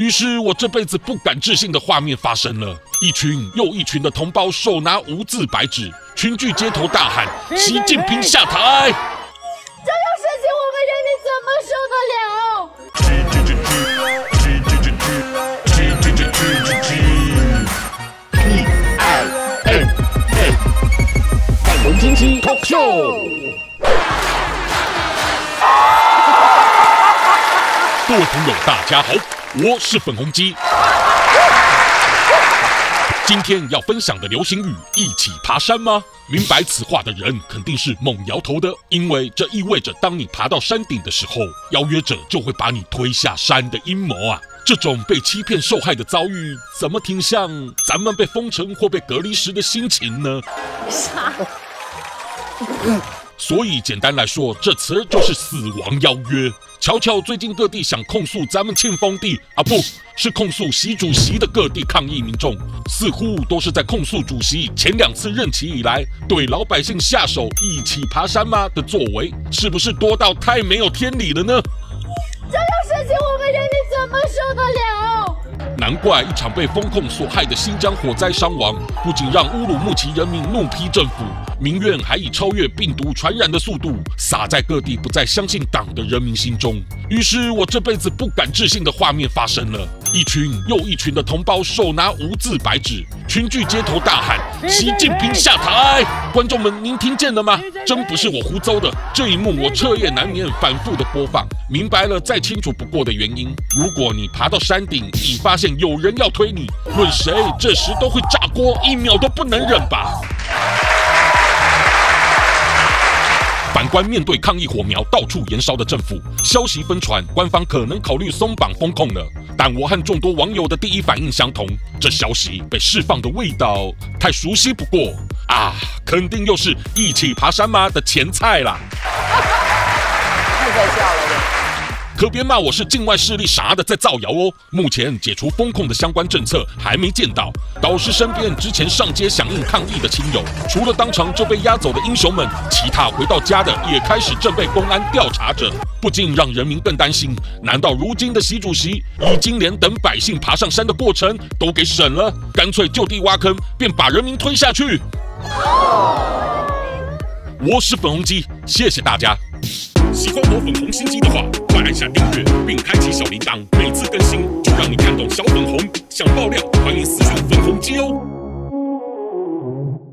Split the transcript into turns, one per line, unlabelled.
于是我这辈子不敢置信的画面发生了，一群又一群的同胞手拿无字白纸，群聚街头大喊习近平下台。
这种事情我们人民怎么受得了？
粉红经济 talk show。
各位朋友，大家好，我是粉红鸡。今天要分享的流行语“一起爬山”吗？明白此话的人肯定是猛摇头的，因为这意味着当你爬到山顶的时候，邀约者就会把你推下山的阴谋啊！这种被欺骗受害的遭遇，怎么挺像咱们被封城或被隔离时的心情呢？
傻。
所以简单来说，这词儿就是死亡邀约。瞧瞧最近各地想控诉咱们庆丰地啊，不是控诉习主席的各地抗议民众，似乎都是在控诉主席前2次任期以来对老百姓下手一起爬山吗的作为，是不是多到太没有天理了呢？
这种事情我们人民怎么受得了？
难怪一场被封控所害的新疆火灾伤亡，不仅让乌鲁木齐人民怒批政府，民怨还以超越病毒传染的速度洒在各地不再相信党的人民心中。于是我这辈子不敢置信的画面发生了，一群又一群的同胞手拿无字白纸，群聚街头大喊习近平下台。观众们，您听见了吗？真不是我胡诌的，这一幕我彻夜难眠反复的播放，明白了再清楚不过的原因。如果你爬到山顶，你发现有人要推你，论谁这时都会炸锅，1秒都不能忍吧。反观面对抗议火苗到处燃烧的政府，消息疯传，官方可能考虑松绑封控了。但我和众多网友的第一反应相同，这消息被释放的味道太熟悉不过啊，肯定又是一起爬山吗的前菜啦。
太可笑了。
可别骂我是境外势力啥的在造谣哦。目前解除封控的相关政策还没见到，导师身边之前上街响应抗议的亲友，除了当场就被押走的英雄们，其他回到家的也开始正被公安调查着，不禁让人民更担心，难道如今的习主席已经连等百姓爬上山的过程都给省了，干脆就地挖坑，便把人民推下去？我是粉红鸡，谢谢大家。喜欢我粉红心机的话，快按下订阅并开启小铃铛，每次更新就让你看懂小粉红。想爆料，欢迎私讯粉红鸡哦。